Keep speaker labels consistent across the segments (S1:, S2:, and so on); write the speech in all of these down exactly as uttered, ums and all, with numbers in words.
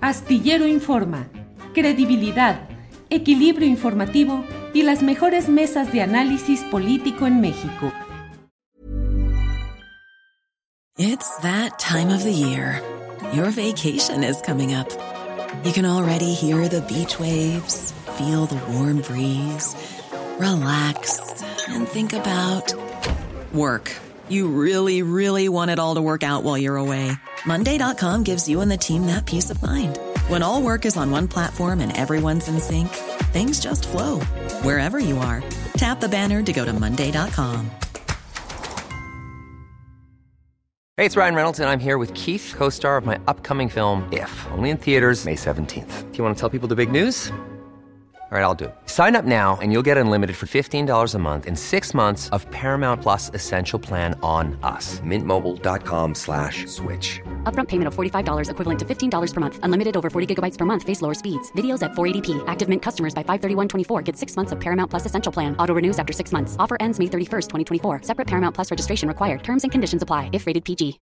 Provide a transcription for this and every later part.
S1: Astillero Informa, credibilidad, equilibrio informativo y las mejores mesas de análisis político en México.
S2: It's that time of the year. Your vacation is coming up. You can already hear the beach waves, feel the warm breeze, relax, and think about work. You really, really want it all to work out while you're away. Monday dot com gives you and the team that peace of mind. When all work is on one platform and everyone's in sync, things just flow. Wherever you are, tap the banner to go to Monday dot com.
S3: Hey, it's Ryan Reynolds, and I'm here with Keith, co-star of my upcoming film, If, only in theaters May seventeenth. Do you want to tell people the big news? All right, I'll do it. Sign up now and you'll get unlimited for fifteen dollars a month and six months of Paramount Plus Essential Plan on us. Mint Mobile dot com slash switch.
S4: Upfront payment of forty-five dollars equivalent to fifteen dollars per month. Unlimited over forty gigabytes per month. Face lower speeds. Videos at four eighty p. Active Mint customers by five thirty-one twenty-four get six months of Paramount Plus Essential Plan. Auto renews after six months. Offer ends May thirty-first, twenty twenty-four. Separate Paramount Plus registration required. Terms and conditions apply if rated P G.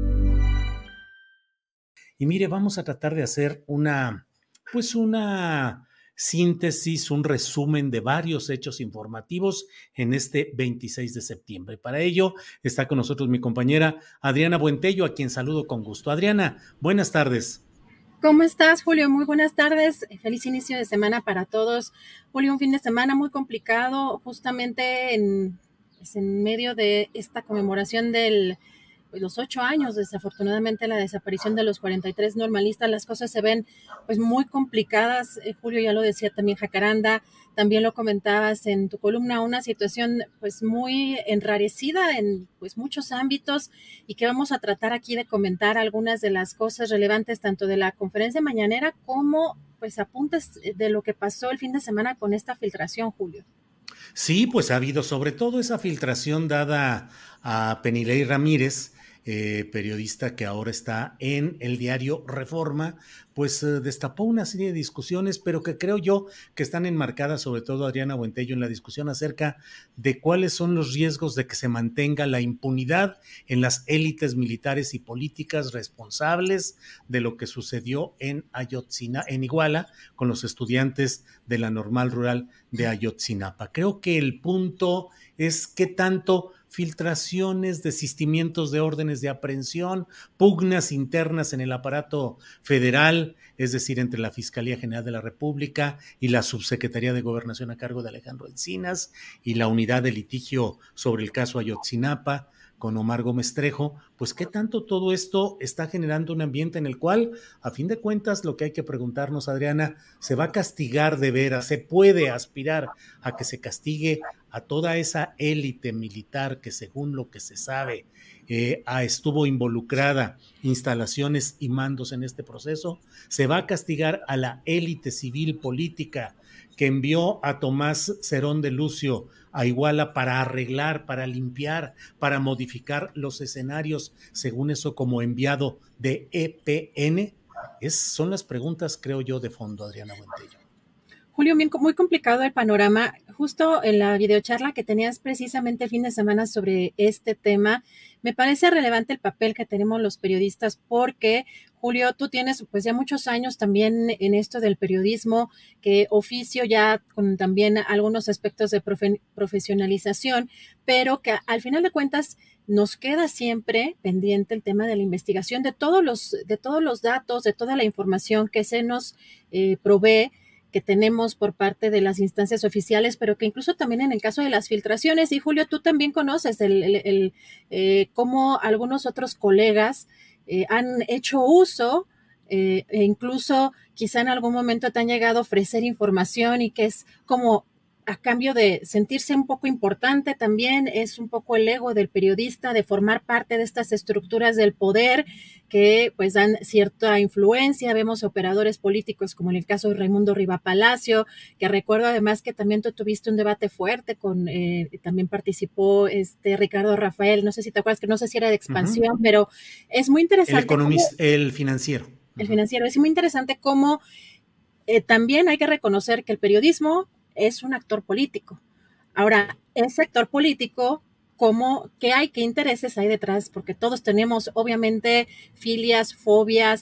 S5: Y mire, vamos a tratar de hacer una, pues una síntesis, un resumen de varios hechos informativos en este veintiséis de septiembre. Para ello está con nosotros mi compañera Adriana Buentello, a quien saludo con gusto. Adriana, buenas tardes.
S6: ¿Cómo estás, Julio? Muy buenas tardes. Feliz inicio de semana para todos. Julio, un fin de semana muy complicado, justamente en, pues en medio de esta conmemoración del los ocho años, desafortunadamente, la desaparición de los cuarenta y tres normalistas. Las cosas se ven pues muy complicadas. Eh, Julio, ya lo decía también Jacaranda, también lo comentabas en tu columna, una situación pues muy enrarecida en pues muchos ámbitos, y que vamos a tratar aquí de comentar algunas de las cosas relevantes tanto de la conferencia mañanera como pues apuntes de lo que pasó el fin de semana con esta filtración, Julio.
S5: Sí, pues ha habido sobre todo esa filtración dada a Penilei Ramírez, Eh, periodista que ahora está en el diario Reforma, pues eh, destapó una serie de discusiones, pero que creo yo que están enmarcadas, sobre todo Adriana Buentello, en la discusión acerca de cuáles son los riesgos de que se mantenga la impunidad en las élites militares y políticas responsables de lo que sucedió en Ayotzinapa, en Iguala, con los estudiantes de la Normal Rural de Ayotzinapa. Creo que el punto es qué tanto filtraciones, desistimientos de órdenes de aprehensión, pugnas internas en el aparato federal, es decir, entre la Fiscalía General de la República y la Subsecretaría de Gobernación a cargo de Alejandro Encinas y la unidad de litigio sobre el caso Ayotzinapa con Omar Gómez Trejo, pues qué tanto todo esto está generando un ambiente en el cual, a fin de cuentas, lo que hay que preguntarnos, Adriana, ¿se va a castigar de veras? ¿Se puede aspirar a que se castigue a toda esa élite militar que, según lo que se sabe, eh, estuvo involucrada instalaciones y mandos en este proceso? ¿Se va a castigar a la élite civil política que envió a Tomás Cerón de Lucio a Iguala para arreglar, para limpiar, para modificar los escenarios, según eso, como enviado de E P N? Es, son las preguntas, creo yo, de fondo, Adriana Buentello.
S6: Julio, bien, muy complicado el panorama. Justo en la videocharla que tenías precisamente el fin de semana sobre este tema, me parece relevante el papel que tenemos los periodistas, porque, Julio, tú tienes pues ya muchos años también en esto del periodismo, que oficio ya con también algunos aspectos de profe- profesionalización, pero que al final de cuentas nos queda siempre pendiente el tema de la investigación de todos los, de todos los datos, de toda la información que se nos eh, provee, que tenemos por parte de las instancias oficiales, pero que incluso también en el caso de las filtraciones, y Julio, tú también conoces el, el, el eh, cómo algunos otros colegas eh, han hecho uso eh, e incluso quizá en algún momento te han llegado a ofrecer información, y que es como a cambio de sentirse un poco importante también, es un poco el ego del periodista de formar parte de estas estructuras del poder que pues dan cierta influencia. Vemos operadores políticos como en el caso de Raimundo Riva Palacio, que recuerdo además que también tú tuviste un debate fuerte con, eh, también participó este Ricardo Rafael, no sé si te acuerdas, que no sé si era de Expansión, uh-huh. pero es muy interesante.
S5: El economista, cómo, el financiero.
S6: El uh-huh. financiero, es muy interesante cómo eh, también hay que reconocer que el periodismo es un actor político. Ahora, ese actor político, ¿cómo, qué hay, qué intereses hay detrás? Porque todos tenemos, obviamente, filias, fobias,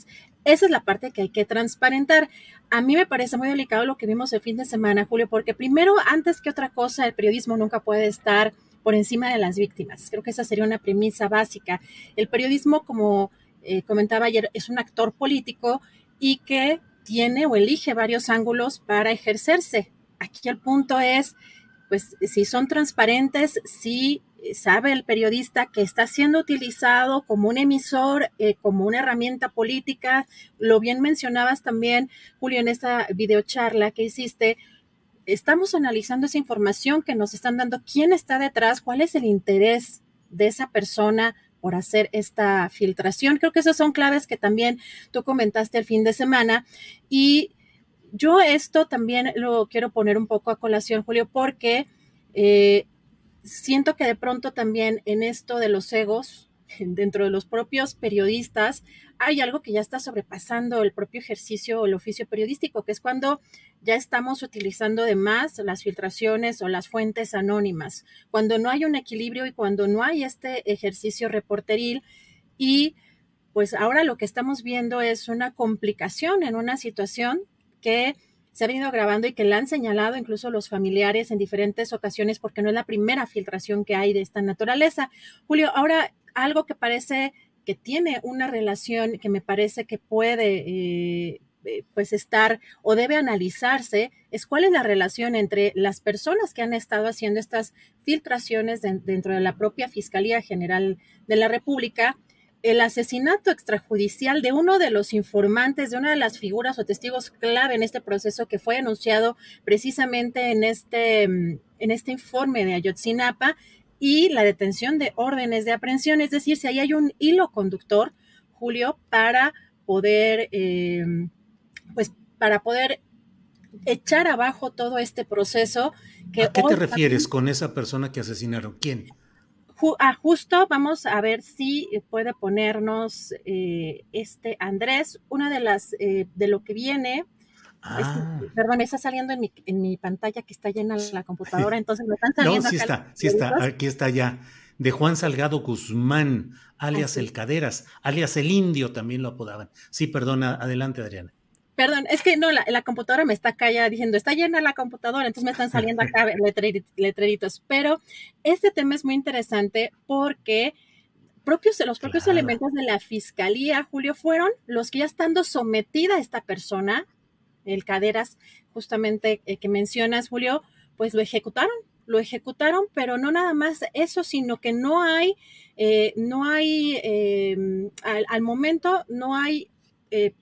S6: esa es la parte que hay que transparentar. A mí me parece muy delicado lo que vimos el fin de semana, Julio, porque primero, antes que otra cosa, el periodismo nunca puede estar por encima de las víctimas. Creo que esa sería una premisa básica. El periodismo, como eh, comentaba ayer, es un actor político y que tiene o elige varios ángulos para ejercerse. Aquí el punto es, pues, si son transparentes, si sabe el periodista que está siendo utilizado como un emisor, eh, como una herramienta política. Lo bien mencionabas también, Julio, en esta videocharla que hiciste. Estamos analizando esa información que nos están dando, quién está detrás, cuál es el interés de esa persona por hacer esta filtración. Creo que esas son claves que también tú comentaste el fin de semana. Y yo esto también lo quiero poner un poco a colación, Julio, porque eh, siento que de pronto también en esto de los egos, dentro de los propios periodistas, hay algo que ya está sobrepasando el propio ejercicio o el oficio periodístico, que es cuando ya estamos utilizando de más las filtraciones o las fuentes anónimas, cuando no hay un equilibrio y cuando no hay este ejercicio reporteril. Y pues ahora lo que estamos viendo es una complicación en una situación que se ha venido grabando y que la han señalado incluso los familiares en diferentes ocasiones, porque no es la primera filtración que hay de esta naturaleza. Julio, ahora algo que parece que tiene una relación que me parece que puede eh, pues estar o debe analizarse es cuál es la relación entre las personas que han estado haciendo estas filtraciones de, dentro de la propia Fiscalía General de la República, el asesinato extrajudicial de uno de los informantes, de una de las figuras o testigos clave en este proceso que fue anunciado precisamente en este, en este informe de Ayotzinapa, y la detención de órdenes de aprehensión. Es decir, si ahí hay un hilo conductor, Julio, para poder, eh, pues, para poder echar abajo todo este proceso. Que
S5: ¿A qué
S6: hoy
S5: te refieres con esa persona que asesinaron? ¿Quién?
S6: Ju- ah, justo vamos a ver si puede ponernos eh, este Andrés, una de las, eh, de lo que viene.
S5: Ah.
S6: Es, perdón, está saliendo en mi, en mi pantalla que está llena la computadora, entonces me están saliendo.
S5: No, sí
S6: acá
S5: está, sí está, aquí está ya. De Juan Salgado Guzmán, alias Así. El Caderas, alias El Indio, también lo apodaban. Sí, perdona, adelante, Adriana.
S6: Perdón, es que no, la, la computadora me está acá ya diciendo, está llena la computadora, entonces me están saliendo acá letreritos. Pero este tema es muy interesante porque propios, los propios claro. elementos de la Fiscalía, Julio, fueron los que ya estando sometida a esta persona, el Caderas, justamente eh, que mencionas, Julio, pues lo ejecutaron, lo ejecutaron, pero no nada más eso, sino que no hay, eh, no hay, eh, al, al momento no hay eh,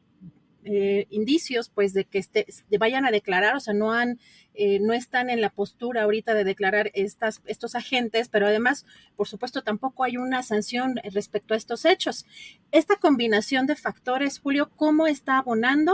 S6: eh, indicios, pues, de que este, de vayan a declarar, o sea, no han, eh, no están en la postura ahorita de declarar estas, estos agentes, pero además, por supuesto, tampoco hay una sanción respecto a estos hechos. Esta combinación de factores, Julio, ¿cómo está abonando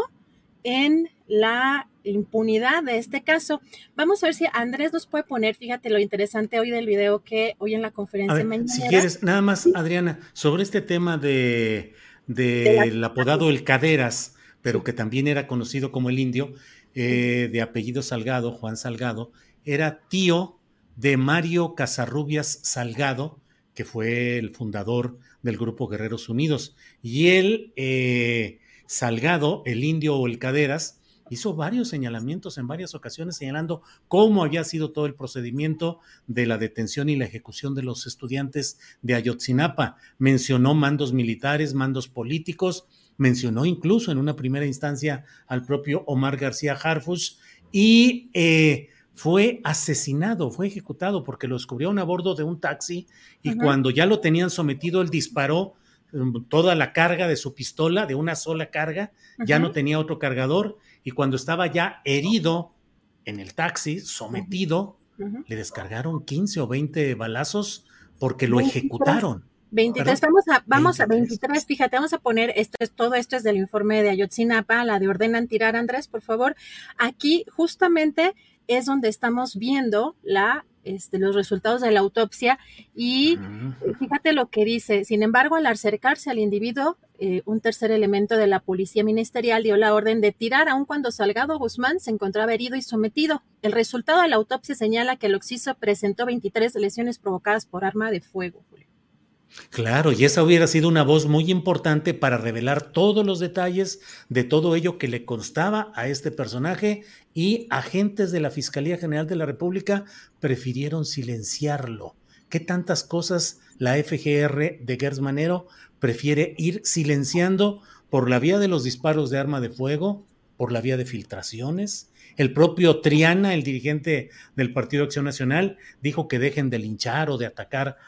S6: en la impunidad de este caso? Vamos a ver si Andrés nos puede poner, fíjate lo interesante hoy del video que hoy en la conferencia mañana.
S5: Si quieres, nada más, sí. Adriana, sobre este tema de, de el apodado El Caderas, pero sí. que también era conocido como El Indio, eh, de apellido Salgado, Juan Salgado, era tío de Mario Casarrubias Salgado, que fue el fundador del Grupo Guerreros Unidos, y él... Eh, Salgado, El Indio o El Caderas, hizo varios señalamientos en varias ocasiones señalando cómo había sido todo el procedimiento de la detención y la ejecución de los estudiantes de Ayotzinapa. Mencionó mandos militares, mandos políticos, mencionó incluso en una primera instancia al propio Omar García Harfuch y eh, fue asesinado, fue ejecutado porque lo descubrieron a bordo de un taxi y uh-huh. cuando ya lo tenían sometido, él disparó toda la carga de su pistola, de una sola carga, uh-huh. ya no tenía otro cargador, y cuando estaba ya herido en el taxi, sometido, uh-huh. le descargaron quince o veinte balazos porque lo veintitrés, ejecutaron.
S6: veintitrés, vamos a, vamos veintitrés. A veintitrés, fíjate, vamos a poner, esto es, todo esto es del informe de Ayotzinapa, la de ordenan tirar, Andrés, por favor. Aquí justamente es donde estamos viendo la Este, los resultados de la autopsia y fíjate lo que dice. Sin embargo, al acercarse al individuo, eh, un tercer elemento de la policía ministerial dio la orden de tirar aun cuando Salgado Guzmán se encontraba herido y sometido. El resultado de la autopsia señala que el occiso presentó veintitrés lesiones provocadas por arma de fuego, Julio.
S5: Claro, y esa hubiera sido una voz muy importante para revelar todos los detalles de todo ello que le constaba a este personaje, y agentes de la Fiscalía General de la República prefirieron silenciarlo. ¿Qué tantas cosas la F G R de Gertz Manero prefiere ir silenciando por la vía de los disparos de arma de fuego, por la vía de filtraciones? El propio Triana, el dirigente del Partido Acción Nacional, dijo que dejen de linchar o de atacar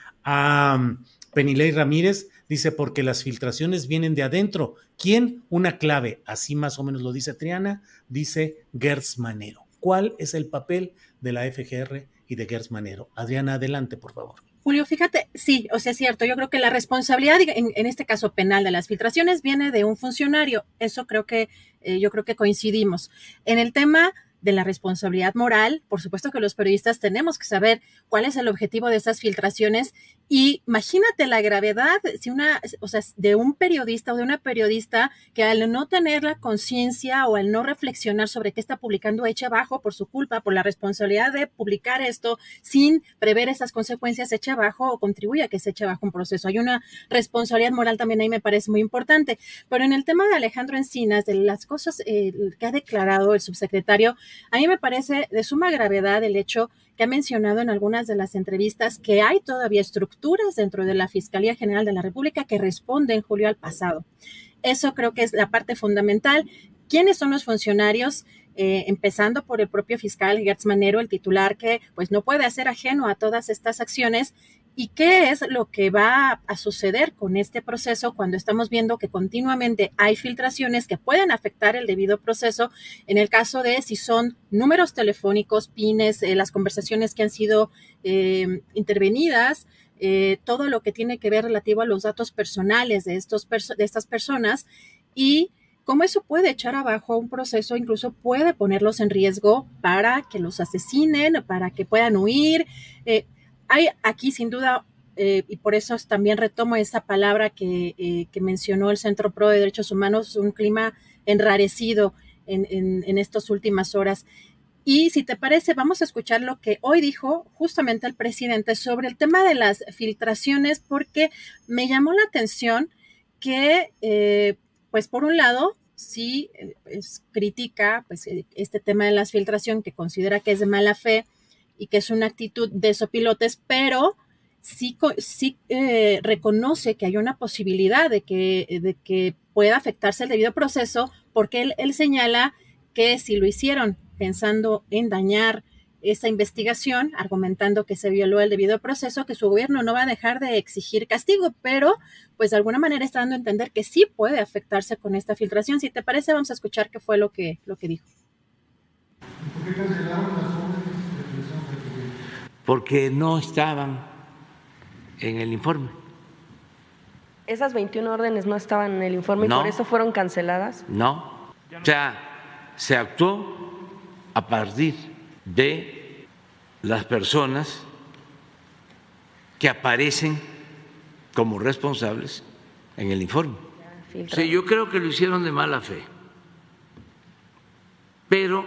S5: a Penilei Ramírez, dice, porque las filtraciones vienen de adentro. ¿Quién? Una clave, así más o menos lo dice Triana, dice Gertz Manero. ¿Cuál es el papel de la F G R y de Gertz Manero? Adriana, adelante, por favor.
S6: Julio, fíjate, sí, o sea, es cierto, yo creo que la responsabilidad, en, en este caso penal, de las filtraciones viene de un funcionario. Eso creo que, eh, yo creo que coincidimos. En el tema de la responsabilidad moral, por supuesto que los periodistas tenemos que saber cuál es el objetivo de esas filtraciones, y imagínate la gravedad si una, o sea, de un periodista o de una periodista que al no tener la conciencia o al no reflexionar sobre qué está publicando, echa abajo por su culpa, por la responsabilidad de publicar esto sin prever esas consecuencias, echa abajo o contribuye a que se eche abajo un proceso. Hay una responsabilidad moral también ahí, me parece muy importante. Pero en el tema de Alejandro Encinas, de las cosas eh, que ha declarado el subsecretario, a mí me parece de suma gravedad el hecho que ha mencionado en algunas de las entrevistas que hay todavía estructuras dentro de la Fiscalía General de la República que responden, Julio, al pasado. Eso creo que es la parte fundamental. ¿Quiénes son los funcionarios? Eh, empezando por el propio fiscal Gertz Manero, el titular, que pues no puede hacer ajeno a todas estas acciones. ¿Y qué es lo que va a suceder con este proceso cuando estamos viendo que continuamente hay filtraciones que pueden afectar el debido proceso? En el caso de si son números telefónicos, pines, eh, las conversaciones que han sido eh, intervenidas, eh, todo lo que tiene que ver relativo a los datos personales de, estos perso- de estas personas, y cómo eso puede echar abajo un proceso, incluso puede ponerlos en riesgo para que los asesinen, para que puedan huir. Eh, Hay aquí sin duda, eh, y por eso también retomo esa palabra que, eh, que mencionó el Centro Pro de Derechos Humanos, un clima enrarecido en, en, en estas últimas horas. Y si te parece, vamos a escuchar lo que hoy dijo justamente el presidente sobre el tema de las filtraciones, porque me llamó la atención que, eh, pues por un lado, sí pues, critica pues, este tema de las filtraciones, que considera que es de mala fe y que es una actitud de sopilotes, pero sí, sí eh, reconoce que hay una posibilidad de que, de que pueda afectarse el debido proceso, porque él, él señala que si lo hicieron pensando en dañar esa investigación, argumentando que se violó el debido proceso, que su gobierno no va a dejar de exigir castigo, pero pues de alguna manera está dando a entender que sí puede afectarse con esta filtración. Si te parece, vamos a escuchar qué fue lo que, lo que dijo.
S7: ¿Por qué cancelaron las órdenes de prisión?
S8: Porque no estaban en el informe.
S9: ¿Esas veintiuna órdenes no estaban en el informe y
S8: no,
S9: por eso fueron canceladas?
S8: No, o sea, se actuó a partir de las personas que aparecen como responsables en el informe. Sí, yo creo que lo hicieron de mala fe, pero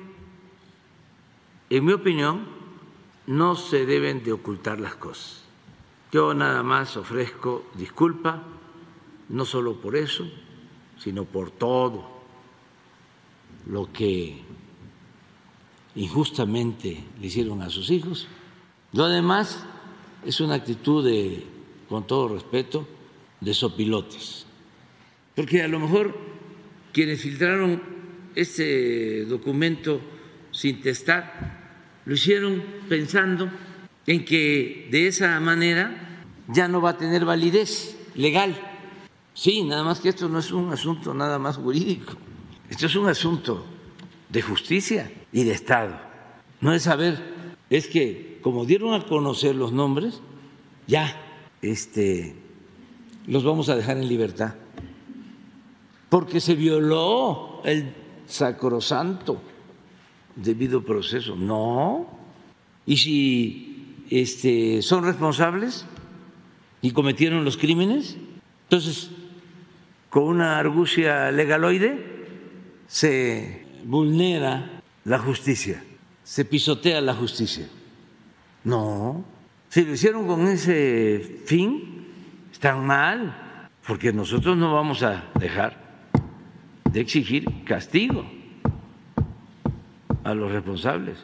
S8: en mi opinión no se deben de ocultar las cosas. Yo nada más ofrezco disculpa, no solo por eso, sino por todo lo que injustamente le hicieron a sus hijos. Lo demás es una actitud de, con todo respeto, de sopilotes. Porque a lo mejor quienes filtraron este documento sin testar lo hicieron pensando en que de esa manera ya no va a tener validez legal. Sí, nada más que esto no es un asunto nada más jurídico, esto es un asunto de justicia y de Estado. No es saber, es que como dieron a conocer los nombres, ya este, los vamos a dejar en libertad, porque se violó el sacrosanto debido proceso. No. Y si este, son responsables y cometieron los crímenes, entonces con una argucia legaloide se vulnera la justicia, se pisotea la justicia. No, si lo hicieron con ese fin, están mal, porque nosotros no vamos a dejar de exigir castigo a los responsables.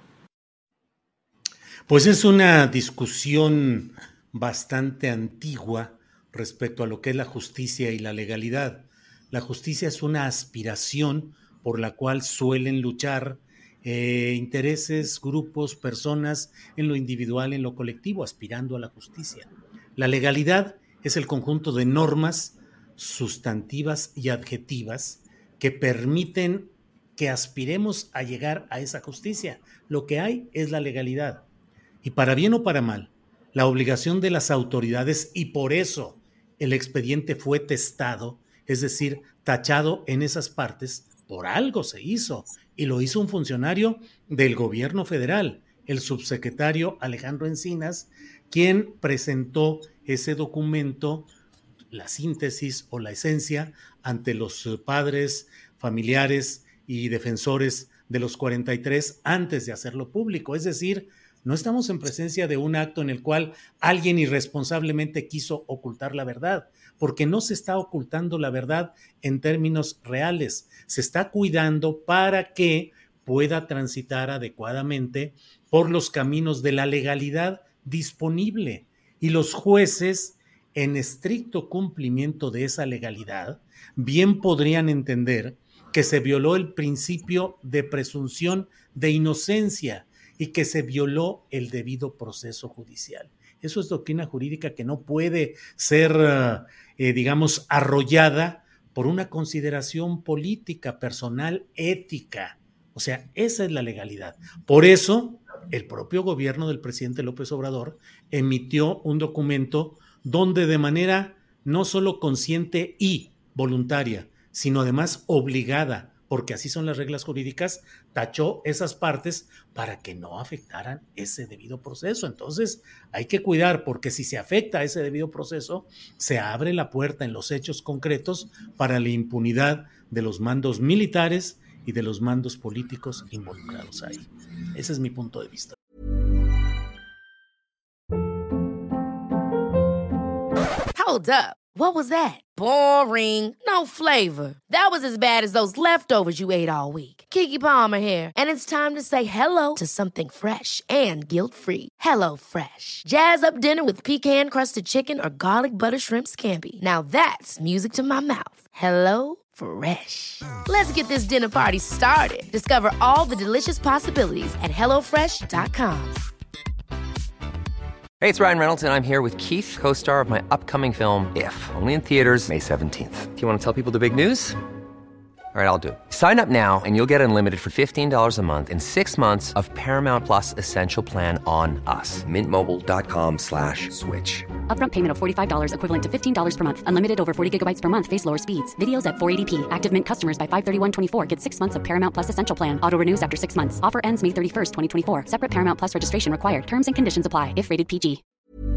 S5: Pues es una discusión bastante antigua respecto a lo que es la justicia y la legalidad. La justicia es una aspiración por la cual suelen luchar eh, intereses, grupos, personas, en lo individual, en lo colectivo, aspirando a la justicia. La legalidad es el conjunto de normas sustantivas y adjetivas que permiten que aspiremos a llegar a esa justicia. Lo que hay es la legalidad. Y para bien o para mal, la obligación de las autoridades, y por eso el expediente fue testado, es decir, tachado en esas partes, por algo se hizo, y lo hizo un funcionario del gobierno federal, el subsecretario Alejandro Encinas, quien presentó ese documento, la síntesis o la esencia, ante los padres, familiares y defensores de los cuarenta y tres antes de hacerlo público. Es decir, no estamos en presencia de un acto en el cual alguien irresponsablemente quiso ocultar la verdad, porque no se está ocultando la verdad en términos reales. Se está cuidando para que pueda transitar adecuadamente por los caminos de la legalidad disponible. Y los jueces, en estricto cumplimiento de esa legalidad, bien podrían entender que se violó el principio de presunción de inocencia y que se violó el debido proceso judicial. Eso es doctrina jurídica que no puede ser, eh, digamos, arrollada por una consideración política, personal, ética. O sea, esa es la legalidad. Por eso, el propio gobierno del presidente López Obrador emitió un documento donde de manera no solo consciente y voluntaria, sino además obligada, porque así son las reglas jurídicas, tachó esas partes para que no afectaran ese debido proceso. Entonces hay que cuidar, porque si se afecta ese debido proceso, se abre la puerta en los hechos concretos para la impunidad de los mandos militares y de los mandos políticos involucrados ahí. Ese es mi punto de vista.
S10: Hold up. What was that? Boring. No flavor. That was as bad as those leftovers you ate all week. Keke Palmer here, and it's time to say hello to something fresh and guilt-free. Hello Fresh. Jazz up dinner with pecan-crusted chicken or garlic butter shrimp scampi. Now that's music to my mouth. Hello Fresh. Let's get this dinner party started. Discover all the delicious possibilities at hello fresh dot com.
S3: Hey, it's Ryan Reynolds, and I'm here with Keith, co-star of my upcoming film, If, only in theaters May seventeenth. Do you want to tell people the big news? All right, I'll do it. Sign up now and you'll get unlimited for fifteen dollars a month and six months of Paramount Plus Essential Plan on us. Mint Mobile dot com slash switch.
S4: Upfront payment of forty-five dollars equivalent to fifteen dollars per month. Unlimited over forty gigabytes per month. Face lower speeds. Videos at four eighty p. Active Mint customers by five thirty-one twenty-four get six months of Paramount Plus Essential Plan. Auto renews after six months. Offer ends May thirty-first, twenty twenty-four. Separate Paramount Plus registration required. Terms and conditions apply if rated P G.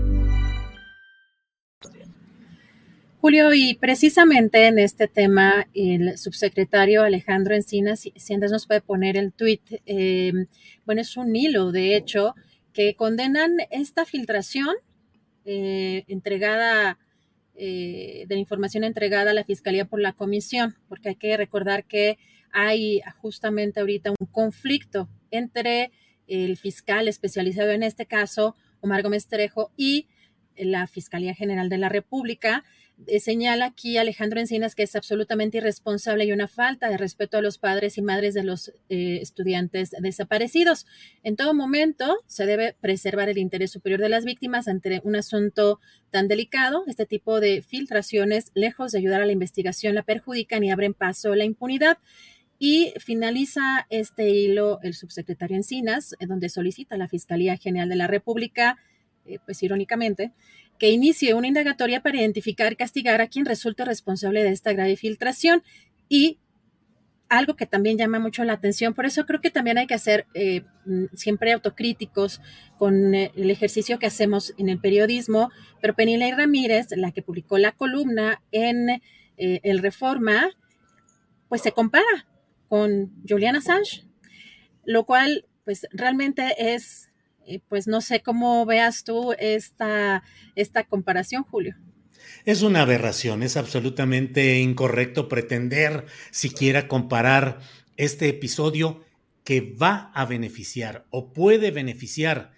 S6: Julio, y precisamente en este tema, el subsecretario Alejandro Encinas, si antes nos puede poner el tuit, eh, bueno, es un hilo, de hecho, que condenan esta filtración eh, entregada, eh, de la información entregada a la Fiscalía por la Comisión, porque hay que recordar que hay justamente ahorita un conflicto entre el fiscal especializado en este caso, Omar Gómez Trejo, y la Fiscalía General de la República. Eh, señala aquí Alejandro Encinas que es absolutamente irresponsable y una falta de respeto a los padres y madres de los eh, estudiantes desaparecidos. En todo momento se debe preservar el interés superior de las víctimas ante un asunto tan delicado. Este tipo de filtraciones, lejos de ayudar a la investigación, la perjudican y abren paso a la impunidad. Y finaliza este hilo el subsecretario Encinas, eh, donde solicita a la Fiscalía General de la República, eh, pues irónicamente, que inicie una indagatoria para identificar y castigar a quien resulte responsable de esta grave filtración. Y algo que también llama mucho la atención, por eso creo que también hay que ser eh, siempre autocríticos con eh, el ejercicio que hacemos en el periodismo, pero Penilei Ramírez, la que publicó la columna en eh, el Reforma, pues se compara con Julian Assange, lo cual pues realmente es... pues no sé cómo veas tú esta, esta comparación, Julio.
S5: Es una aberración, es absolutamente incorrecto pretender siquiera comparar este episodio que va a beneficiar o puede beneficiar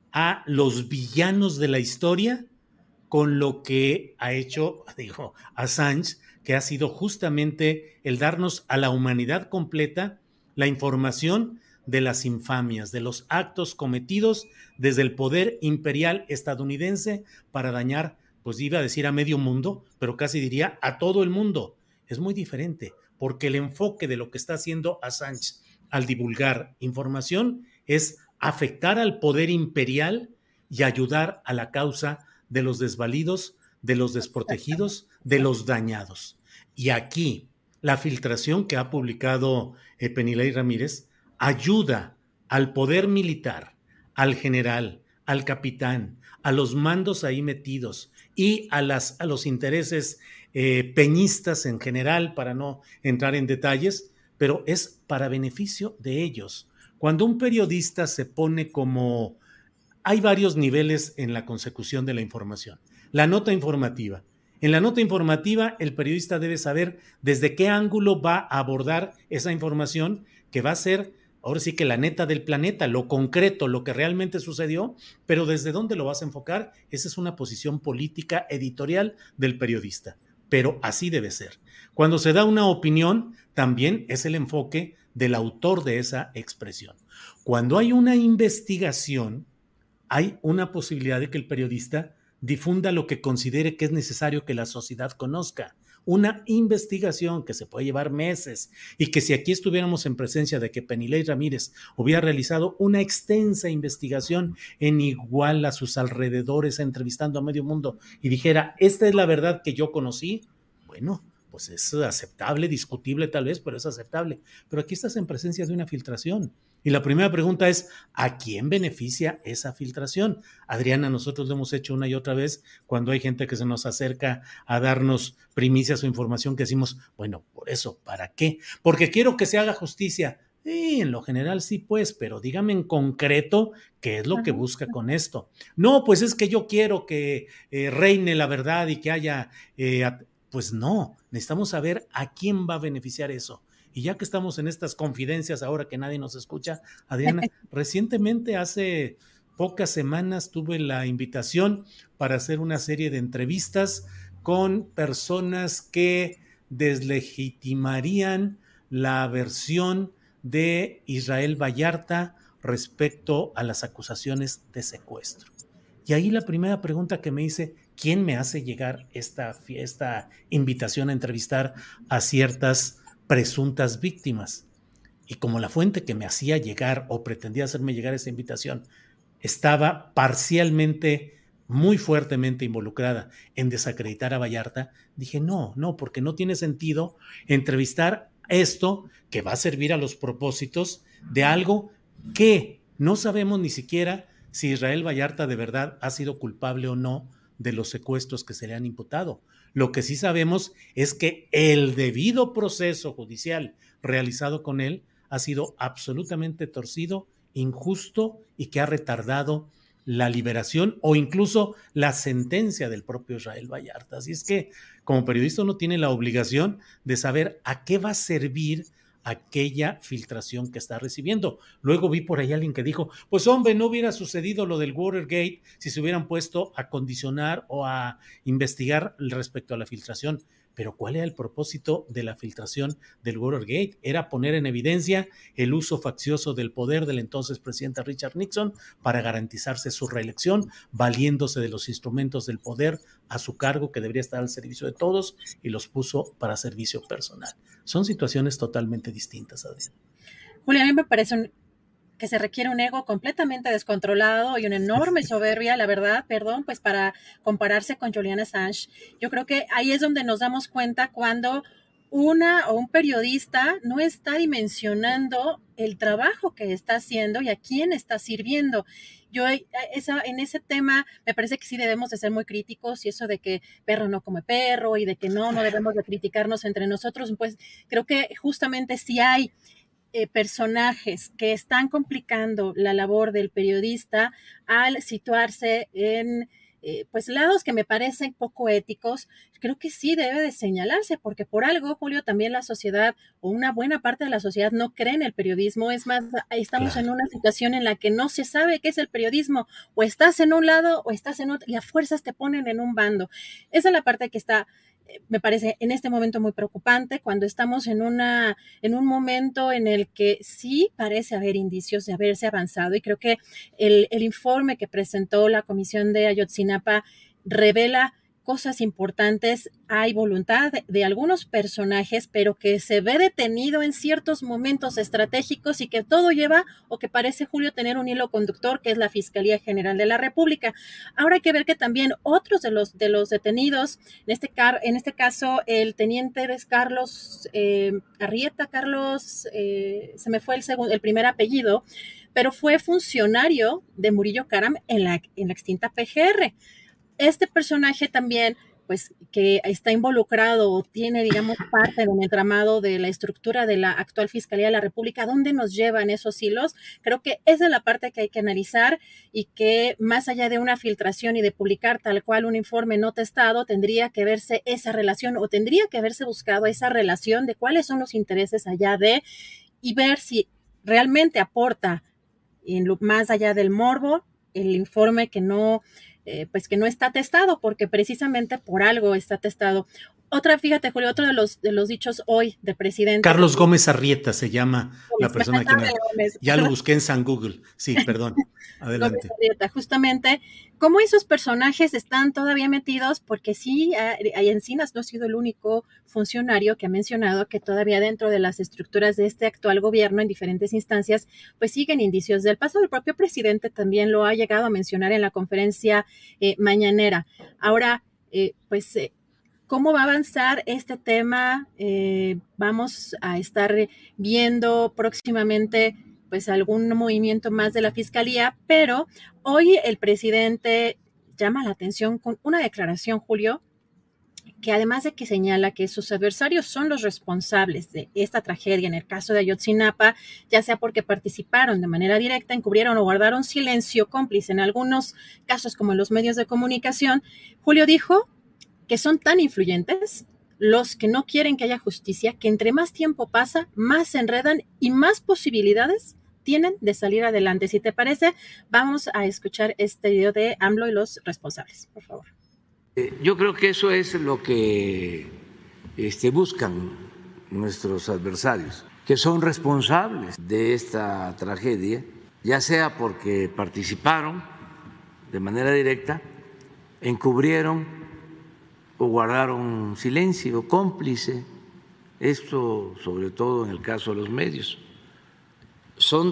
S5: a los villanos de la historia con lo que ha hecho, digo, Assange, que ha sido justamente el darnos a la humanidad completa la información de las infamias, de los actos cometidos desde el poder imperial estadounidense para dañar, pues iba a decir a medio mundo, pero casi diría a todo el mundo. Es muy diferente, porque el enfoque de lo que está haciendo Assange al divulgar información es afectar al poder imperial y ayudar a la causa de los desvalidos, de los desprotegidos, de los dañados. Y aquí, la filtración que ha publicado eh, Penilei Ramírez ayuda al poder militar, al general, al capitán, a los mandos ahí metidos y a, las, a los intereses eh, peñistas en general, para no entrar en detalles, pero es para beneficio de ellos. Cuando un periodista se pone como... Hay varios niveles en la consecución de la información. La nota informativa. En la nota informativa, el periodista debe saber desde qué ángulo va a abordar esa información que va a ser, ahora sí que la neta del planeta, lo concreto, lo que realmente sucedió, pero desde dónde lo vas a enfocar, esa es una posición política editorial del periodista. Pero así debe ser. Cuando se da una opinión, también es el enfoque del autor de esa expresión. Cuando hay una investigación, hay una posibilidad de que el periodista difunda lo que considere que es necesario que la sociedad conozca. Una investigación que se puede llevar meses y que si aquí estuviéramos en presencia de que Penilei Ramírez hubiera realizado una extensa investigación en igual a sus alrededores, entrevistando a medio mundo y dijera, esta es la verdad que yo conocí, bueno, pues es aceptable, discutible tal vez, pero es aceptable. Pero aquí estás en presencia de una filtración. Y la primera pregunta es, ¿a quién beneficia esa filtración? Adriana, nosotros lo hemos hecho una y otra vez cuando hay gente que se nos acerca a darnos primicias o información que decimos, bueno, por eso, ¿para qué? Porque quiero que se haga justicia. Sí, en lo general sí, pues, pero dígame en concreto qué es lo que busca con esto. No, pues es que yo quiero que eh, reine la verdad y que haya... Eh, pues no, necesitamos saber a quién va a beneficiar eso. Y ya que estamos en estas confidencias ahora que nadie nos escucha, Adriana, recientemente hace pocas semanas tuve la invitación para hacer una serie de entrevistas con personas que deslegitimarían la versión de Israel Vallarta respecto a las acusaciones de secuestro. Y ahí la primera pregunta que me hice, ¿quién me hace llegar esta, esta invitación a entrevistar a ciertas presuntas víctimas? Y como la fuente que me hacía llegar o pretendía hacerme llegar esa invitación estaba parcialmente, muy fuertemente involucrada en desacreditar a Vallarta, dije no, no, porque no tiene sentido entrevistar esto que va a servir a los propósitos de algo que no sabemos ni siquiera si Israel Vallarta de verdad ha sido culpable o no de los secuestros que se le han imputado. Lo que sí sabemos es que el debido proceso judicial realizado con él ha sido absolutamente torcido, injusto y que ha retardado la liberación o incluso la sentencia del propio Israel Vallarta. Así es que como periodista uno tiene la obligación de saber a qué va a servir aquella filtración que está recibiendo. Luego vi por ahí alguien que dijo, pues hombre, no hubiera sucedido lo del Watergate si se hubieran puesto a condicionar o a investigar respecto a la filtración. Pero ¿cuál era el propósito de la filtración del Watergate? Era poner en evidencia el uso faccioso del poder del entonces presidente Richard Nixon para garantizarse su reelección, valiéndose de los instrumentos del poder a su cargo que debería estar al servicio de todos y los puso para servicio personal. Son situaciones totalmente distintas, Adriana.
S6: Julia, a mí me parece un, que se requiere un ego completamente descontrolado y una enorme soberbia, la verdad, perdón, pues para compararse con Julian Assange. Yo creo que ahí es donde nos damos cuenta cuando una o un periodista no está dimensionando el trabajo que está haciendo y a quién está sirviendo. Yo esa, en ese tema me parece que sí debemos de ser muy críticos y eso de que perro no come perro y de que no, no debemos de criticarnos entre nosotros, pues creo que justamente si hay eh, personajes que están complicando la labor del periodista al situarse en eh, pues lados que me parecen poco éticos, creo que sí debe de señalarse, porque por algo, Julio, también la sociedad o una buena parte de la sociedad no cree en el periodismo. Es más, ahí estamos claro. en una situación en la que no se sabe qué es el periodismo, o estás en un lado o estás en otro, y a fuerzas te ponen en un bando. Esa es la parte que está, me parece en este momento muy preocupante, cuando estamos en una en un momento en el que sí parece haber indicios de haberse avanzado, y creo que el, el informe que presentó la Comisión de Ayotzinapa revela cosas importantes. Hay voluntad de, de algunos personajes, pero que se ve detenido en ciertos momentos estratégicos, y que todo lleva, o que parece, Julio, tener un hilo conductor, que es la Fiscalía General de la República. Ahora hay que ver que también otros de los, de los detenidos, en este, car, en este caso el teniente es Carlos eh, Arrieta, Carlos, eh, se me fue el, segundo, el primer apellido, pero fue funcionario de Murillo Karam en la, en la extinta P G R. Este personaje también, pues, que está involucrado o tiene, digamos, parte del entramado de la estructura de la actual Fiscalía de la República. ¿Dónde nos llevan esos hilos? Creo que esa es la parte que hay que analizar, y que más allá de una filtración y de publicar tal cual un informe no testado, tendría que verse esa relación, o tendría que haberse buscado esa relación de cuáles son los intereses allá de, y ver si realmente aporta, en lo, más allá del morbo, el informe que no... Eh, pues que no está testado, porque precisamente por algo está testado. Otra, fíjate, Julio, otro de los, de los dichos hoy del presidente.
S5: Carlos Gómez Arrieta se llama Gómez, la persona que me, ya lo busqué en San Google. Sí, perdón. Adelante.
S6: Gómez Arrieta, justamente, cómo esos personajes están todavía metidos, porque sí, Encinas no ha sido el único funcionario que ha mencionado que todavía dentro de las estructuras de este actual gobierno, en diferentes instancias, pues siguen indicios del pasado. El propio presidente también lo ha llegado a mencionar en la conferencia eh, mañanera. Ahora, eh, pues... Eh, ¿Cómo va a avanzar este tema? Eh, vamos a estar viendo próximamente, pues, algún movimiento más de la Fiscalía, pero hoy el presidente llama la atención con una declaración, Julio, que además de que señala que sus adversarios son los responsables de esta tragedia en el caso de Ayotzinapa, ya sea porque participaron de manera directa, encubrieron o guardaron silencio cómplice en algunos casos, como en los medios de comunicación, Julio dijo que son tan influyentes los que no quieren que haya justicia, que entre más tiempo pasa, más se enredan y más posibilidades tienen de salir adelante. Si te parece, vamos a escuchar este video de AMLO y los responsables, por favor.
S8: Yo creo que eso es lo que este, buscan nuestros adversarios, que son responsables de esta tragedia, ya sea porque participaron de manera directa, encubrieron o guardaron silencio, cómplice, esto sobre todo en el caso de los medios. Son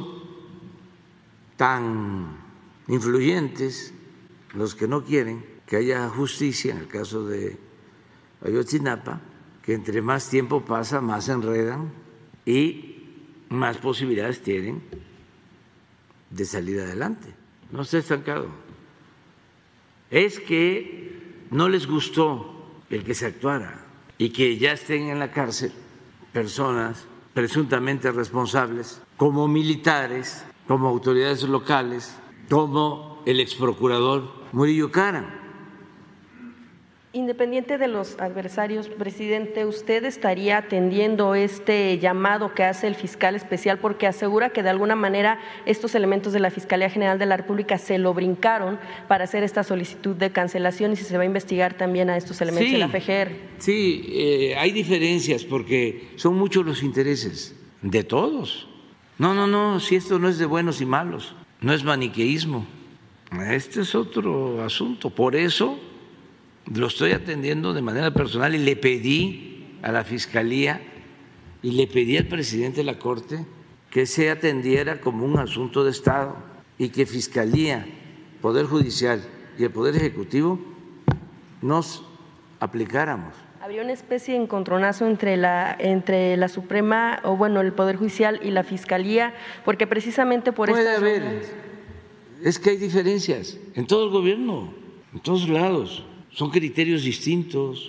S8: tan influyentes los que no quieren que haya justicia, en el caso de Ayotzinapa, que entre más tiempo pasa, más se enredan y más posibilidades tienen de salir adelante. No está estancado. Es que no les gustó el que se actuara y que ya estén en la cárcel personas presuntamente responsables, como militares, como autoridades locales, como el exprocurador Murillo Karam.
S9: Independiente de los adversarios, presidente, ¿usted estaría atendiendo este llamado que hace el fiscal especial? Porque asegura que de alguna manera estos elementos de la Fiscalía General de la República se lo brincaron para hacer esta solicitud de cancelación, y si se va a investigar también a estos elementos sí, de la F G R.
S8: Sí, eh, hay diferencias porque son muchos los intereses de todos. No, no, no, si esto no es de buenos y malos, no es maniqueísmo, este es otro asunto. Por eso lo estoy atendiendo de manera personal y le pedí a la Fiscalía y le pedí al presidente de la Corte que se atendiera como un asunto de Estado y que Fiscalía, Poder Judicial y el Poder Ejecutivo nos aplicáramos.
S9: ¿Habría una especie de encontronazo entre la, entre la Suprema, o bueno, el Poder Judicial y la Fiscalía? Porque precisamente por
S8: Puede
S9: estas
S8: haber,
S9: razones...
S8: es que hay diferencias en todo el gobierno, en todos lados. Son criterios distintos.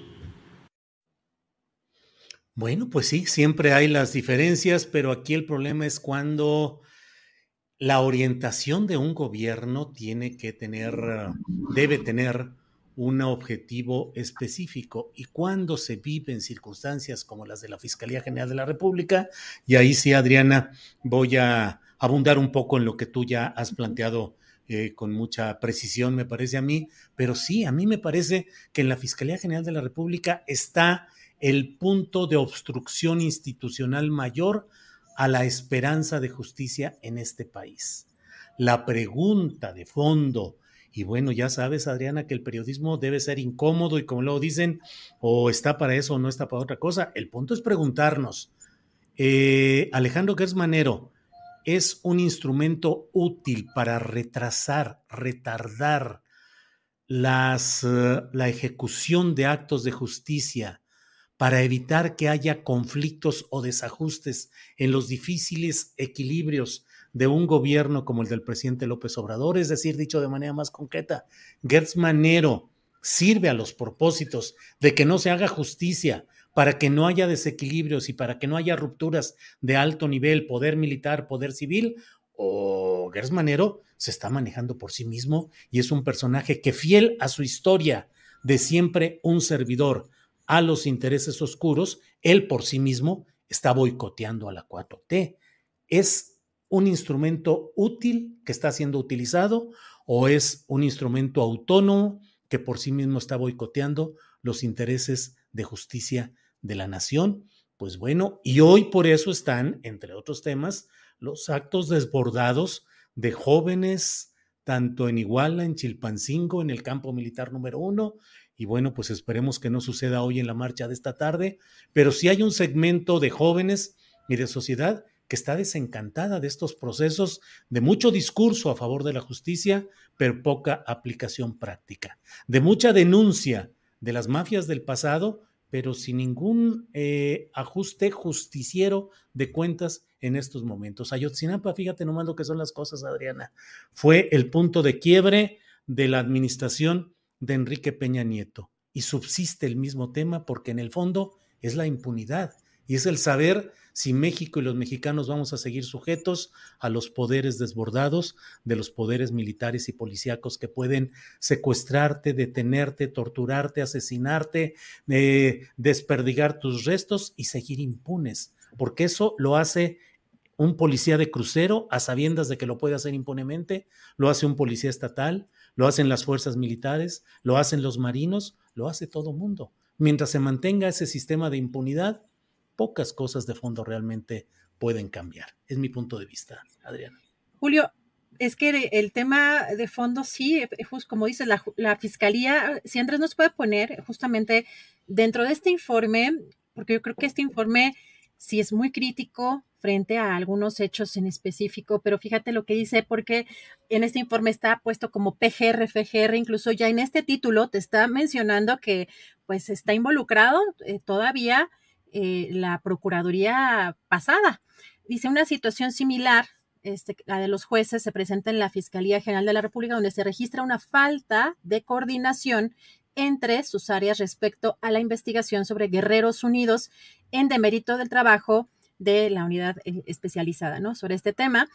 S5: Bueno, pues sí, siempre hay las diferencias, pero aquí el problema es cuando la orientación de un gobierno tiene que tener, debe tener un objetivo específico, y cuando se vive en circunstancias como las de la Fiscalía General de la República, y ahí sí, Adriana, voy a abundar un poco en lo que tú ya has planteado eh, con mucha precisión, me parece a mí, pero sí, a mí me parece que en la Fiscalía General de la República está el punto de obstrucción institucional mayor a la esperanza de justicia en este país. La pregunta de fondo, y bueno, ya sabes, Adriana, que el periodismo debe ser incómodo y como luego dicen, o está para eso o no está para otra cosa. El punto es preguntarnos, eh, Alejandro Gertz Manero, ¿es un instrumento útil para retrasar, retardar las, uh, la ejecución de actos de justicia, para evitar que haya conflictos o desajustes en los difíciles equilibrios de un gobierno como el del presidente López Obrador? Es decir, dicho de manera más concreta, Gertz Manero sirve a los propósitos de que no se haga justicia, para que no haya desequilibrios y para que no haya rupturas de alto nivel, poder militar, poder civil, o Gertz Manero se está manejando por sí mismo y es un personaje que, fiel a su historia de siempre un servidor a los intereses oscuros, él por sí mismo está boicoteando a la cuatro T. ¿Es un instrumento útil que está siendo utilizado o es un instrumento autónomo que por sí mismo está boicoteando los intereses de justicia de la nación? Pues bueno, y hoy por eso están, entre otros temas, los actos desbordados de jóvenes, tanto en Iguala, en Chilpancingo, en el campo militar número uno, y bueno, pues esperemos que no suceda hoy en la marcha de esta tarde, pero sí hay un segmento de jóvenes y de sociedad que está desencantada de estos procesos de mucho discurso a favor de la justicia, pero poca aplicación práctica, de mucha denuncia de las mafias del pasado, pero sin ningún eh, ajuste justiciero de cuentas en estos momentos. Ayotzinapa, fíjate nomás lo que son las cosas, Adriana, fue el punto de quiebre de la administración de Enrique Peña Nieto, y subsiste el mismo tema porque en el fondo es la impunidad y es el saber si México y los mexicanos vamos a seguir sujetos a los poderes desbordados de los poderes militares y policíacos que pueden secuestrarte, detenerte, torturarte, asesinarte, eh, desperdigar tus restos y seguir impunes, porque eso lo hace un policía de crucero a sabiendas de que lo puede hacer impunemente, lo hace un policía estatal, lo hacen las fuerzas militares, lo hacen los marinos, lo hace todo mundo. Mientras se mantenga ese sistema de impunidad, pocas cosas de fondo realmente pueden cambiar. Es mi punto de vista, Adriana.
S6: Julio, es que el tema de fondo sí, justo como dices, la, la Fiscalía, si Andrés nos puede poner justamente dentro de este informe, porque yo creo que este informe sí es muy crítico frente a algunos hechos en específico, pero fíjate lo que dice, porque en este informe está puesto como P G R, F G R, incluso ya en este título te está mencionando que pues está involucrado eh, todavía eh, la Procuraduría pasada. Dice, una situación similar, este, la de los jueces, se presenta en la Fiscalía General de la República, donde se registra una falta de coordinación entre sus áreas respecto a la investigación sobre Guerreros Unidos en demérito del trabajo de la unidad especializada, ¿no?, sobre este tema.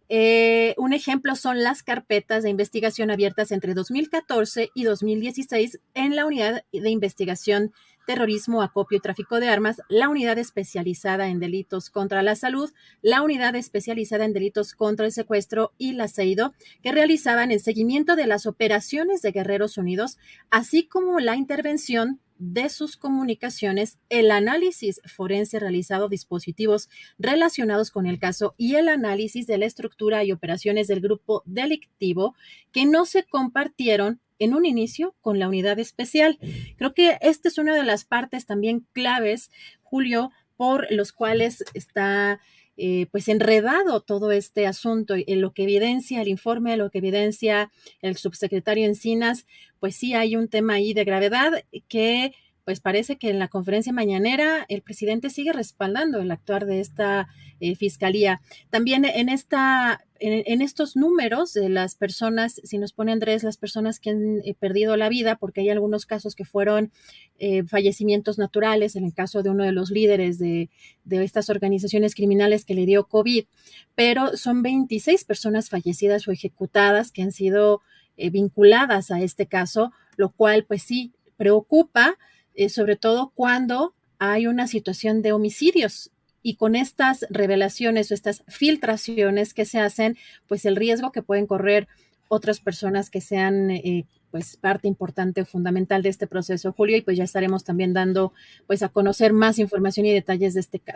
S6: Eh, un ejemplo son las carpetas de investigación abiertas entre dos mil catorce y dos mil dieciséis en la unidad de investigación terrorismo, acopio y tráfico de armas, la unidad especializada en delitos contra la salud, la unidad especializada en delitos contra el secuestro y la CEIDO, que realizaban el seguimiento de las operaciones de Guerreros Unidos, así como la intervención de sus comunicaciones, el análisis forense realizado, dispositivos relacionados con el caso y el análisis de la estructura y operaciones del grupo delictivo que no se compartieron en un inicio con la unidad especial. Creo que esta es una de las partes también claves, Julio, por los cuales está eh, pues enredado todo este asunto. En lo que evidencia el informe, lo que evidencia el subsecretario Encinas, pues sí hay un tema ahí de gravedad que pues parece que en la conferencia mañanera el presidente sigue respaldando el actuar de esta eh, fiscalía. También en esta, en, en estos números de las personas, si nos pone Andrés, las personas que han eh, perdido la vida, porque hay algunos casos que fueron eh, fallecimientos naturales, en el caso de uno de los líderes de, de estas organizaciones criminales que le dio COVID, pero son veintiséis personas fallecidas o ejecutadas que han sido eh, vinculadas a este caso, lo cual pues sí preocupa. Eh, sobre todo cuando hay una situación de homicidios y con estas revelaciones o estas filtraciones que se hacen, pues el riesgo que pueden correr otras personas que sean eh, pues parte importante o fundamental de este proceso, Julio, y pues ya estaremos también dando pues a conocer más información y detalles de este caso.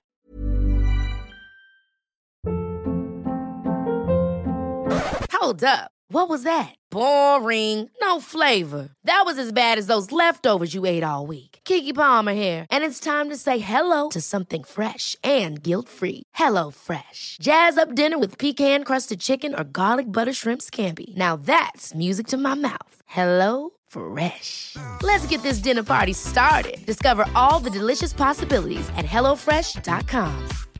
S10: Hold up. What was that? Boring. No flavor. That was as bad as those leftovers you ate all week. Keke Palmer here, and it's time to say hello to something fresh and guilt-free. Hello Fresh. Jazz up dinner with pecan-crusted chicken or garlic butter shrimp scampi. Now that's music to my mouth. Hello Fresh. Let's get this dinner party started. Discover all the delicious possibilities at hello fresh dot com.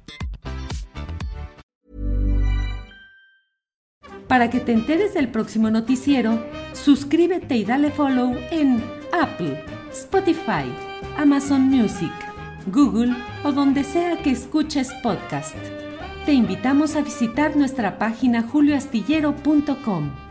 S1: Para que te enteres del próximo noticiero, suscríbete y dale follow en Apple, Spotify, Amazon Music, Google o donde sea que escuches podcast. Te invitamos a visitar nuestra página julio astillero punto com.